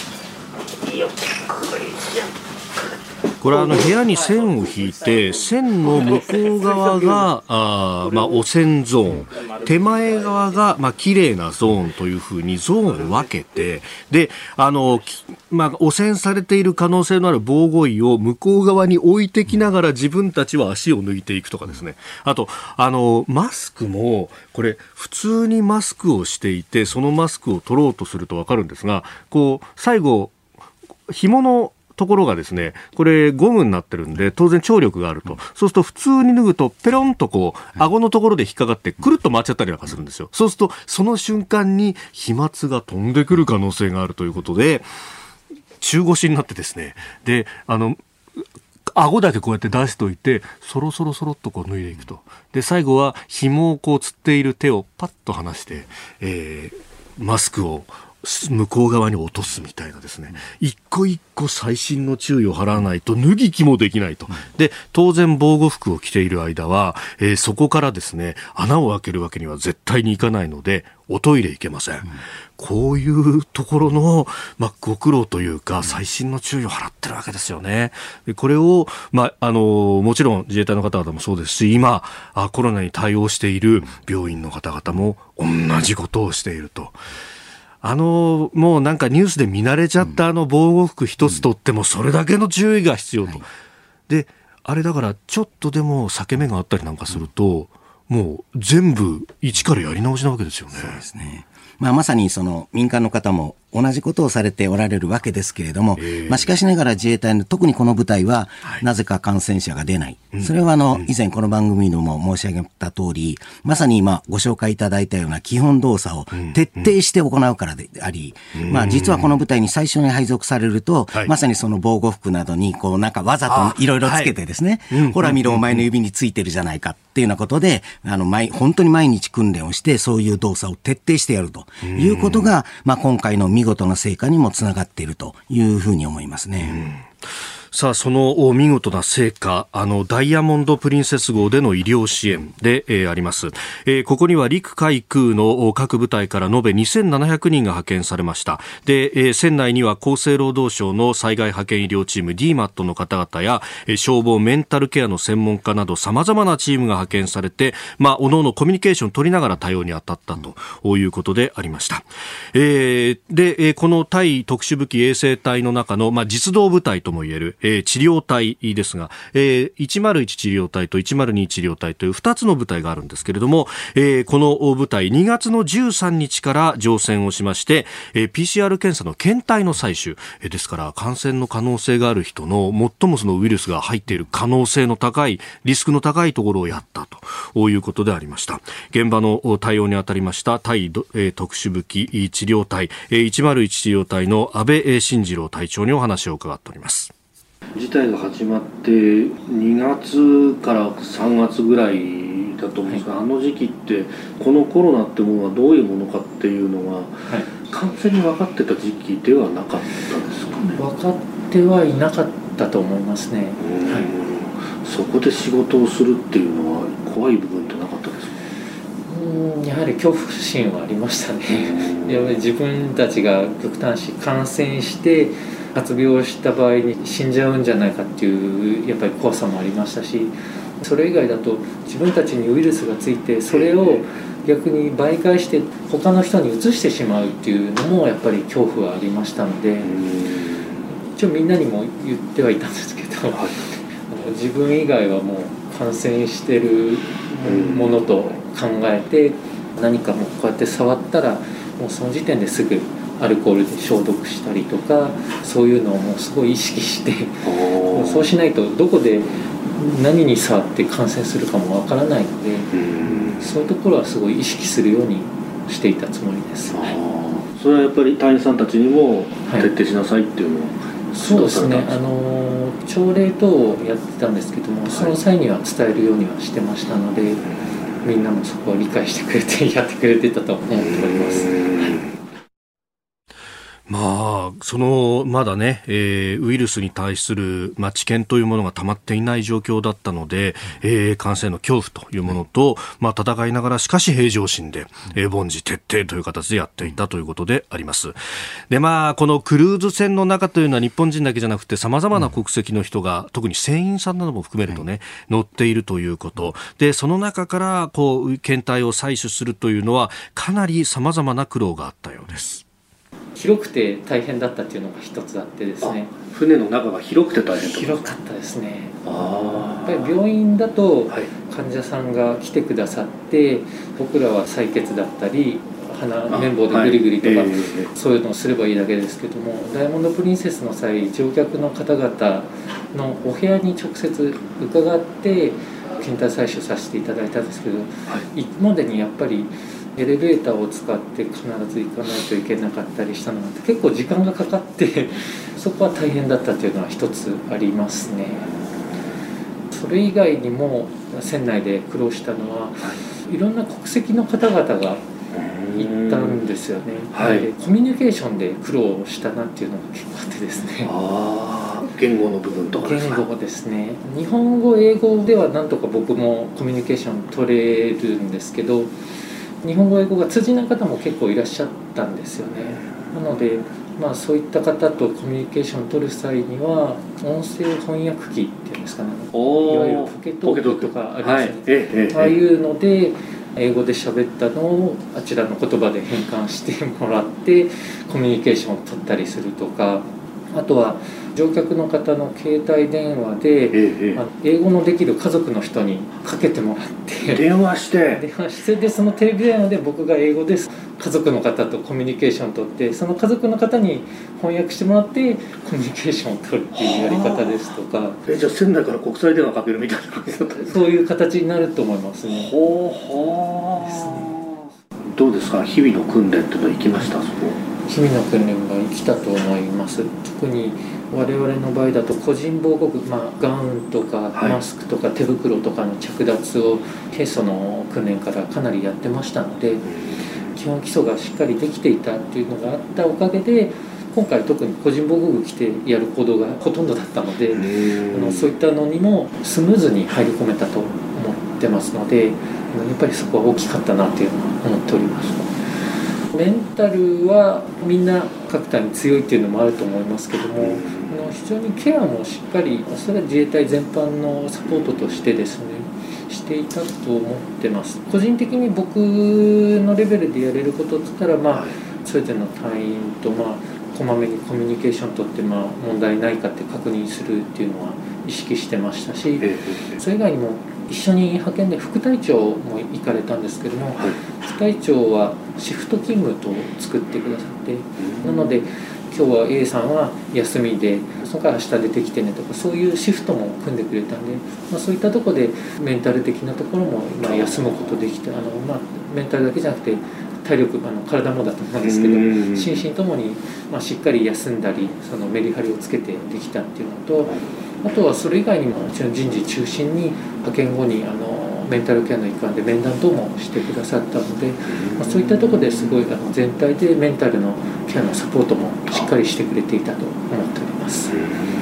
これ部屋に線を引いて、線の向こう側が汚染ゾーン、手前側が綺麗なゾーンというふうにゾーンを分けて、で汚染されている可能性のある防護衣を向こう側に置いてきながら自分たちは足を抜いていくとかですね。あとマスクもこれ普通にマスクをしていて、そのマスクを取ろうとすると分かるんですが、こう最後紐のところがですね、これゴムになってるんで当然張力があると、そうすると普通に脱ぐとペロンとこう顎のところで引っかかってくるっと回っちゃったりなんかするんですよ。そうするとその瞬間に飛沫が飛んでくる可能性があるということで、中腰になってですね、で顎だけこうやって出しといて、そろそろっとこう脱いでいくと。で最後は紐をこうつっている手をパッと離して、マスクを向こう側に落とすみたいなですね、一個一個細心の注意を払わないと脱ぎ着もできないと。で当然防護服を着ている間は、そこからですね穴を開けるわけには絶対にいかないのでおトイレ行けません。こういうところの、ご苦労というか細心の注意を払ってるわけですよね。でこれを、もちろん自衛隊の方々もそうですし、今コロナに対応している病院の方々も同じことをしていると。もうなんかニュースで見慣れちゃった防護服一つとってもそれだけの注意が必要と。であれだからちょっとでも裂け目があったりなんかすると、もう全部一からやり直しなわけですよね。 そうですね。まさにその民間の方も同じことをされておられるわけですけれども、しかしながら自衛隊の特にこの部隊はなぜか感染者が出ない。それは以前この番組でも申し上げた通り、まさに今ご紹介いただいたような基本動作を徹底して行うからであり、実はこの部隊に最初に配属されると、まさにその防護服などにこうなんかわざといろいろつけてですね、ほら見ろお前の指についてるじゃないかっていうようなことで、本当に毎日訓練をしてそういう動作を徹底してやるということが、今回の見事な成果にもつながっているというふうに思いますね。 さあその見事な成果、ダイヤモンドプリンセス号での医療支援で、あります。ここには陸海空の各部隊から延べ2700人が派遣されました。で、船内には厚生労働省の災害派遣医療チーム DMAT の方々や消防メンタルケアの専門家など様々なチームが派遣されて、おのおのコミュニケーションを取りながら対応に当たったということでありました。で、この対特殊武器衛生隊の中の、実動部隊ともいえる治療隊ですが、101治療隊と102治療隊という2つの部隊があるんですけれども、この部隊2月の13日から乗船をしまして、PCR 検査の検体の採取、ですから感染の可能性がある人の最もそのウイルスが入っている可能性の高いリスクの高いところをやったということでありました。現場の対応に当たりました対特殊武器治療隊101治療隊の安倍晋次郎隊長にお話を伺っております。 事態が始まって2月から3月ぐらいだと思うんですが、あの時期ってこのコロナってものはどういうものかっていうのは、完全に分かってた時期ではなかったですかね。 分かってはいなかったと思いますね。 そこで仕事をするっていうのは怖い部分ってなかったですか？ やはり恐怖心はありましたね。やっぱり自分たちが極端し感染して発病した場合に死んじゃうんじゃないかっていうやっぱり怖さもありましたし、それ以外だと自分たちにウイルスがついてそれを逆に媒介して他の人に移してしまうっていうのもやっぱり恐怖はありましたので、一応みんなにも言ってはいたんですけど、自分以外はもう感染してるものと考えて、何かもこうやって触ったらもうその時点ですぐアルコールで消毒したりとか、そういうのをもうすごい意識してそうしないとどこで何に触って感染するかもわからないので、そういうところはすごい意識するようにしていたつもりです。 それはやっぱり隊員さんたちにも徹底しなさいっていうのを、 そうですね、朝礼等をやってたんですけども、その際には伝えるようにはしてましたので、みんなもそこを理解してくれてやってくれてたと思っております。 まだね、ウイルスに対する、知見というものが溜まっていない状況だったので、感染の恐怖というものと、戦いながらしかし平常心で、凡事徹底という形でやっていたということであります。で、このクルーズ船の中というのは日本人だけじゃなくて様々な国籍の人が、特に船員さんなども含めるとね、乗っているということで、その中から検体を採取するというのはかなり様々な苦労があったようです。 広くて大変だったっていうのが一つあってですね。 船の中が広くて大変とか。 広かったですね。やっぱり病院だと患者さんが来てくださって、僕らは採血だったり綿棒でぐりぐりとか、そういうのをすればいいだけですけども、ダイヤモンドプリンセスの際、乗客の方々のお部屋に直接伺って検体採取させていただいたんですけど、行くまでにやっぱりエレベーターを使って必ず行かないといけなかったりしたので、結構時間がかかってそこは大変だったというのは一つありますね。それ以外にも船内で苦労したのは、いろんな国籍の方々がいたんですよね。コミュニケーションで苦労したなっていうのが結構あってですね。 言語の部分とかですか？ 言語ですね。日本語英語ではなんとか僕もコミュニケーション取れるんですけど、日本語英語が通じない方も結構いらっしゃったんですよね。なので、そういった方とコミュニケーションを取る際には音声翻訳機っていうんですかね、いわゆるポケトークとかありますね、ああいうので英語で喋ったのをあちらの言葉で変換してもらってコミュニケーションを取ったりするとか、あとは乗客の方の携帯電話で、英語のできる家族の人にかけてもらって電話してで、そのテレビ電話で僕が英語です家族の方とコミュニケーションを取って、その家族の方に翻訳してもらってコミュニケーションを取るっていうやり方ですとか。 じゃあ仙台から国際電話かけるみたいな感じだったんですか？ そういう形になると思いますね。 どうですか、日々の訓練っていうのは行きました？そこ日々の訓練が生きたと思います。特に我々の場合だと個人防護服、ガウンとかマスクとか手袋とかの着脱を平素の訓練からかなりやってましたので、基本基礎がしっかりできていたっていうのがあったおかげで、今回特に個人防護服着てやる行動がほとんどだったので、そういったのにもスムーズに入り込めたと思ってますので、やっぱりそこは大きかったなというのは思っております。メンタルはみんな各隊に強いっていうのもあると思いますけども、非常にケアもしっかり、それは自衛隊全般のサポートとしてですね、していたと思ってます。個人的に僕のレベルでやれることって言ったら、全ての隊員とこまめにコミュニケーション取って問題ないかって確認するっていうのは意識してましたし、それ以外にも一緒に派遣で副隊長も行かれたんですけども、副隊長はシフト勤務と作ってくださって、なので今日は A さんは休みでそこから明日出てきてねとか、そういうシフトも組んでくれたんで、そういったところでメンタル的なところも休むことできて、メンタルだけじゃなくて体力体もだと思うんですけど、心身ともにしっかり休んだりそのメリハリをつけてできたっていうのと、あとはそれ以外にももちろん人事中心に派遣後にメンタルケアの一環で面談等もしてくださったので、そういったところですごい全体でメンタルのケアのサポートもしっかりしてくれていたと思っております。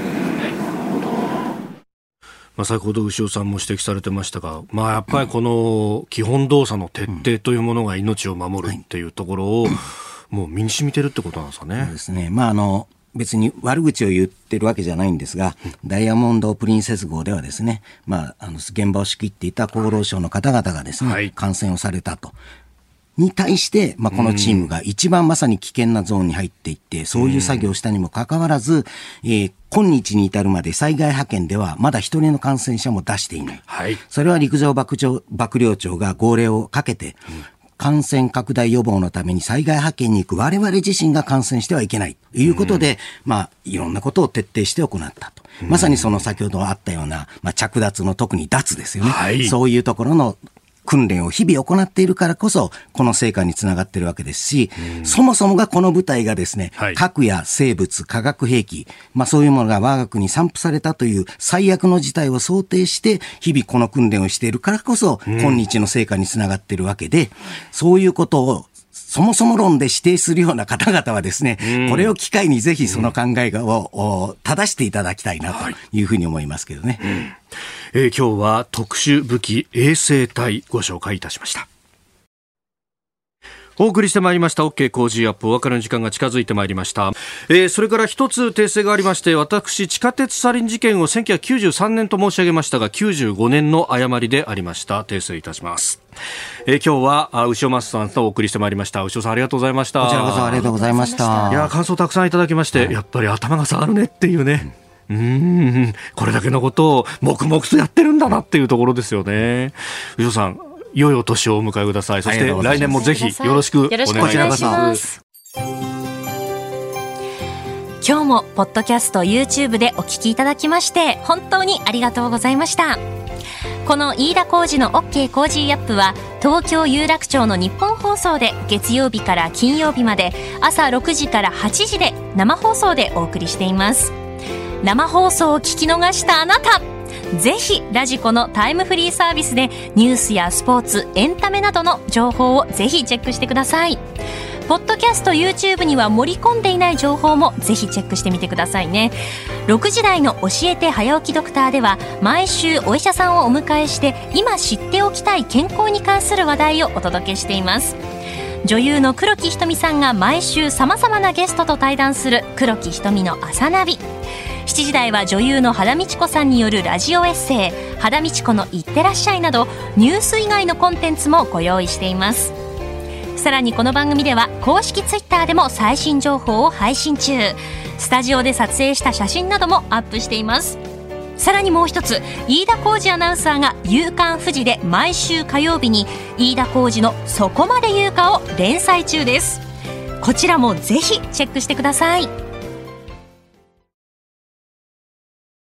先ほど牛尾さんも指摘されてましたが、やっぱりこの基本動作の徹底というものが命を守るっていうところをもう身に染みてるってことなんですかね。 そうですね。別に悪口を言ってるわけじゃないんですが、ダイヤモンド・プリンセス号ではですね、現場を仕切っていた厚労省の方々がですね、感染をされたと。に対して、このチームが一番まさに危険なゾーンに入っていって、そういう作業をしたにもかかわらず、今日に至るまで災害派遣ではまだ一人の感染者も出していない。それは陸上幕僚長が号令をかけて、感染拡大予防のために災害派遣に行く我々自身が感染してはいけないということで、いろんなことを徹底して行ったと。まさにその先ほどあったような、着脱の特に脱ですよね。そういうところの訓練を日々行っているからこそこの成果につながっているわけですし、そもそもがこの部隊がですね、核や生物化学兵器、そういうものが我が国に散布されたという最悪の事態を想定して日々この訓練をしているからこそ今日の成果につながっているわけで、そういうことをそもそも論で指定するような方々はですね、これを機会にぜひその考えを正していただきたいなというふうに思いますけどね。 今日は特殊武器衛星隊ご紹介いたしました。お送りしてまいりました OK 工事アップ、お別れの時間が近づいてまいりました。それから一つ訂正がありまして、私地下鉄サリン事件を1993年と申し上げましたが95年の誤りでありました。訂正いたします。今日は牛尾正さんとお送りしてまいりました。牛尾さんありがとうございました。 こちらこそありがとうございました。 いや感想たくさんいただきまして、やっぱり頭が下がるねっていうね、これだけのことを黙々とやってるんだなっていうところですよね。牛尾さん良いお年をお迎えください。そして来年もぜひよろしくお願いします。 今日もポッドキャスト YouTube でお聞きいただきまして本当にありがとうございました。この飯田浩司の OK 工事アップは東京有楽町の日本放送で月曜日から金曜日まで朝6時から8時で生放送でお送りしています。生放送を聞き逃したあなた、ぜひラジコのタイムフリーサービスでニュースやスポーツ、エンタメなどの情報をぜひチェックしてください。ポッドキャスト YouTube には盛り込んでいない情報もぜひチェックしてみてくださいね。6時台の教えて早起きドクターでは毎週お医者さんをお迎えして今知っておきたい健康に関する話題をお届けしています。女優の黒木瞳さんが毎週様々なゲストと対談する黒木瞳の朝ナビ。7時台は女優の羽田美智子さんによるラジオエッセイ羽田美智子のいってらっしゃいなどニュース以外のコンテンツもご用意しています。さらにこの番組では公式ツイッターでも最新情報を配信中。スタジオで撮影した写真などもアップしています。さらにもう一つ、飯田浩司アナウンサーが夕刊フジで毎週火曜日に飯田浩司のそこまで言うかを連載中です。こちらもぜひチェックしてください。